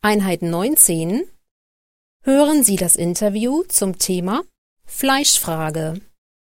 Einheit 19. Hören Sie das Interview zum Thema Fleischfrage.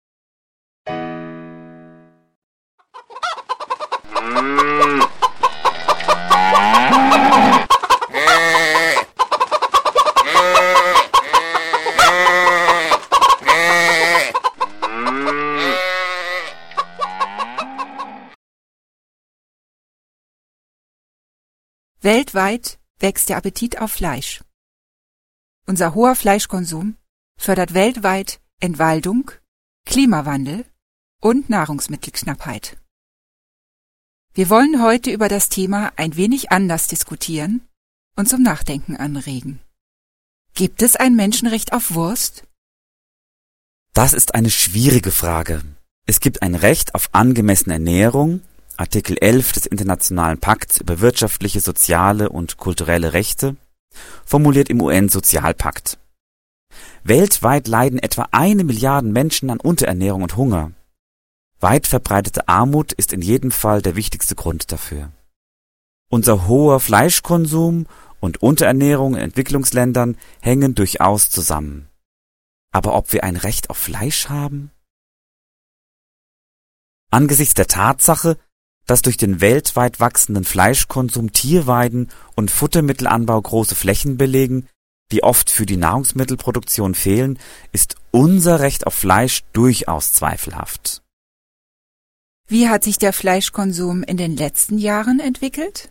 Weltweit wächst der Appetit auf Fleisch. Unser hoher Fleischkonsum fördert weltweit Entwaldung, Klimawandel und Nahrungsmittelknappheit. Wir wollen heute über das Thema ein wenig anders diskutieren und zum Nachdenken anregen. Gibt es ein Menschenrecht auf Wurst? Das ist eine schwierige Frage. Es gibt ein Recht auf angemessene Ernährung, Artikel 11 des Internationalen Pakts über wirtschaftliche, soziale und kulturelle Rechte, formuliert im UN-Sozialpakt. Weltweit leiden etwa 1 Milliarde Menschen an Unterernährung und Hunger. Weit verbreitete Armut ist in jedem Fall der wichtigste Grund dafür. Unser hoher Fleischkonsum und Unterernährung in Entwicklungsländern hängen durchaus zusammen. Aber ob wir ein Recht auf Fleisch haben? Angesichts der Tatsache, dass durch den weltweit wachsenden Fleischkonsum Tierweiden und Futtermittelanbau große Flächen belegen, die oft für die Nahrungsmittelproduktion fehlen, ist unser Recht auf Fleisch durchaus zweifelhaft. Wie hat sich der Fleischkonsum in den letzten Jahren entwickelt?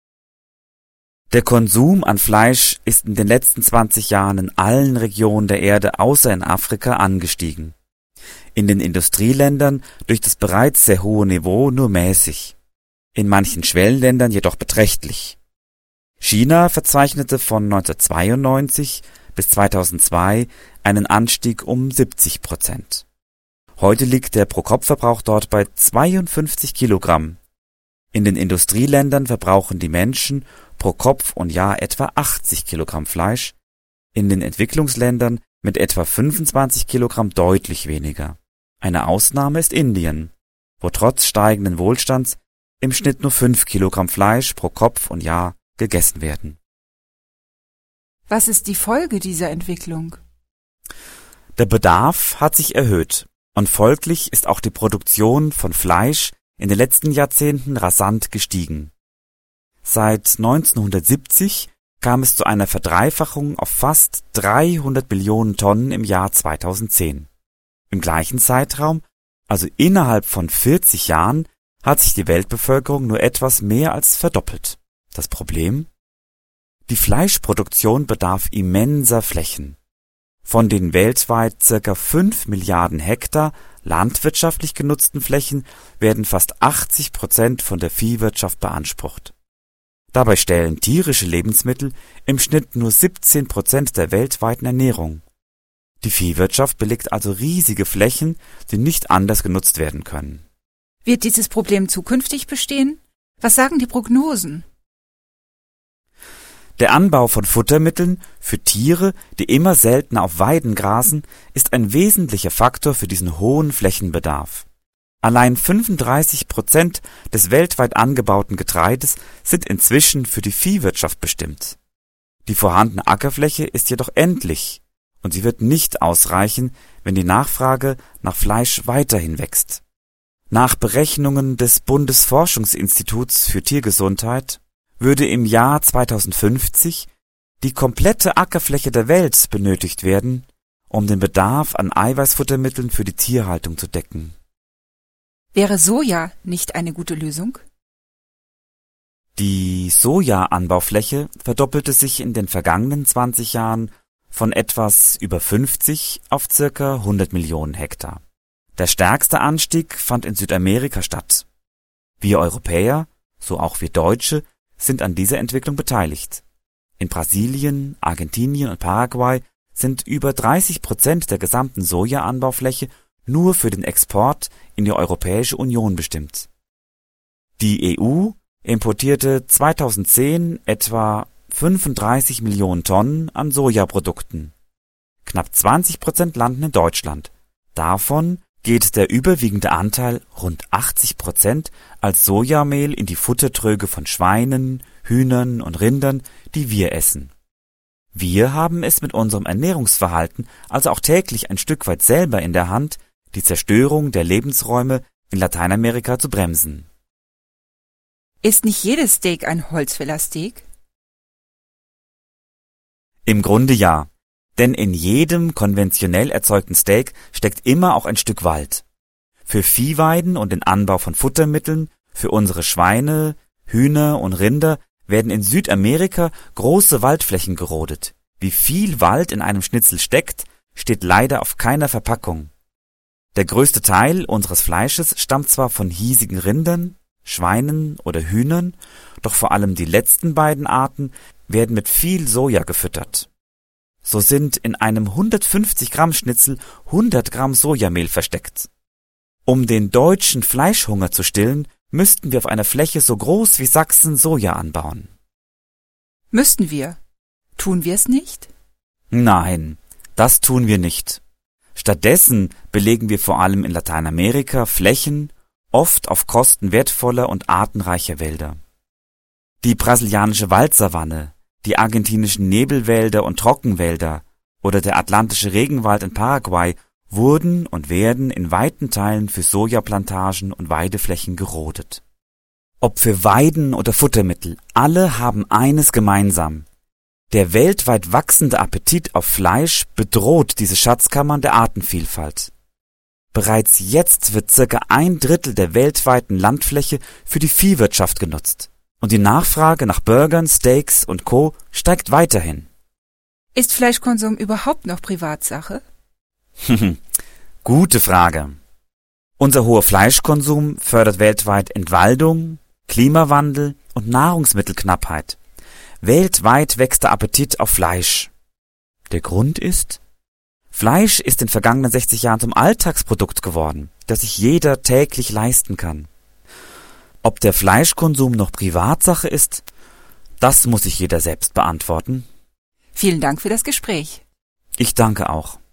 Der Konsum an Fleisch ist in den letzten 20 Jahren in allen Regionen der Erde außer in Afrika angestiegen. In den Industrieländern durch das bereits sehr hohe Niveau nur mäßig, in manchen Schwellenländern jedoch beträchtlich. China verzeichnete von 1992 bis 2002 einen Anstieg um 70%. Heute liegt der Pro-Kopf-Verbrauch dort bei 52 Kilogramm. In den Industrieländern verbrauchen die Menschen pro Kopf und Jahr etwa 80 Kilogramm Fleisch, in den Entwicklungsländern mit etwa 25 Kilogramm deutlich weniger. Eine Ausnahme ist Indien, wo trotz steigenden Wohlstands im Schnitt nur 5 Kilogramm Fleisch pro Kopf und Jahr gegessen werden. Was ist die Folge dieser Entwicklung? Der Bedarf hat sich erhöht und folglich ist auch die Produktion von Fleisch in den letzten Jahrzehnten rasant gestiegen. Seit 1970 kam es zu einer Verdreifachung auf fast 300 Millionen Tonnen im Jahr 2010. Im gleichen Zeitraum, also innerhalb von 40 Jahren, hat sich die Weltbevölkerung nur etwas mehr als verdoppelt. Das Problem? Die Fleischproduktion bedarf immenser Flächen. Von den weltweit ca. 5 Milliarden Hektar landwirtschaftlich genutzten Flächen werden fast 80% von der Viehwirtschaft beansprucht. Dabei stellen tierische Lebensmittel im Schnitt nur 17% der weltweiten Ernährung. Die Viehwirtschaft belegt also riesige Flächen, die nicht anders genutzt werden können. Wird dieses Problem zukünftig bestehen? Was sagen die Prognosen? Der Anbau von Futtermitteln für Tiere, die immer seltener auf Weiden grasen, ist ein wesentlicher Faktor für diesen hohen Flächenbedarf. Allein 35% des weltweit angebauten Getreides sind inzwischen für die Viehwirtschaft bestimmt. Die vorhandene Ackerfläche ist jedoch endlich und sie wird nicht ausreichen, wenn die Nachfrage nach Fleisch weiterhin wächst. Nach Berechnungen des Bundesforschungsinstituts für Tiergesundheit würde im Jahr 2050 die komplette Ackerfläche der Welt benötigt werden, um den Bedarf an Eiweißfuttermitteln für die Tierhaltung zu decken. Wäre Soja nicht eine gute Lösung? Die Soja-Anbaufläche verdoppelte sich in den vergangenen 20 Jahren von etwas über 50 auf ca. 100 Millionen Hektar. Der stärkste Anstieg fand in Südamerika statt. Wir Europäer, so auch wir Deutsche, sind an dieser Entwicklung beteiligt. In Brasilien, Argentinien und Paraguay sind über 30% der gesamten Sojaanbaufläche nur für den Export in die Europäische Union bestimmt. Die EU importierte 2010 etwa 35 Millionen Tonnen an Sojaprodukten. Knapp 20% landen in Deutschland. Davon geht der überwiegende Anteil, rund 80%, als Sojamehl in die Futtertröge von Schweinen, Hühnern und Rindern, die wir essen. Wir haben es mit unserem Ernährungsverhalten also auch täglich ein Stück weit selber in der Hand, die Zerstörung der Lebensräume in Lateinamerika zu bremsen. Ist nicht jedes Steak ein Holzfällersteak? Im Grunde ja, denn in jedem konventionell erzeugten Steak steckt immer auch ein Stück Wald. Für Viehweiden und den Anbau von Futtermitteln, für unsere Schweine, Hühner und Rinder werden in Südamerika große Waldflächen gerodet. Wie viel Wald in einem Schnitzel steckt, steht leider auf keiner Verpackung. Der größte Teil unseres Fleisches stammt zwar von hiesigen Rindern, Schweinen oder Hühnern, doch vor allem die letzten beiden Arten werden mit viel Soja gefüttert. So sind in einem 150 Gramm Schnitzel 100 Gramm Sojamehl versteckt. Um den deutschen Fleischhunger zu stillen, müssten wir auf einer Fläche so groß wie Sachsen Soja anbauen. Müssten wir? Tun wir es nicht? Nein, das tun wir nicht. Stattdessen belegen wir vor allem in Lateinamerika Flächen, oft auf Kosten wertvoller und artenreicher Wälder. Die brasilianische Waldsavanne, die argentinischen Nebelwälder und Trockenwälder oder der atlantische Regenwald in Paraguay wurden und werden in weiten Teilen für Sojaplantagen und Weideflächen gerodet. Ob für Weiden oder Futtermittel, alle haben eines gemeinsam. Der weltweit wachsende Appetit auf Fleisch bedroht diese Schatzkammern der Artenvielfalt. Bereits jetzt wird circa 1/3 der weltweiten Landfläche für die Viehwirtschaft genutzt. Und die Nachfrage nach Burgern, Steaks und Co. steigt weiterhin. Ist Fleischkonsum überhaupt noch Privatsache? Gute Frage. Unser hoher Fleischkonsum fördert weltweit Entwaldung, Klimawandel und Nahrungsmittelknappheit. Weltweit wächst der Appetit auf Fleisch. Der Grund ist: Fleisch ist in den vergangenen 60 Jahren zum Alltagsprodukt geworden, das sich jeder täglich leisten kann. Ob der Fleischkonsum noch Privatsache ist, das muss sich jeder selbst beantworten. Vielen Dank für das Gespräch. Ich danke auch.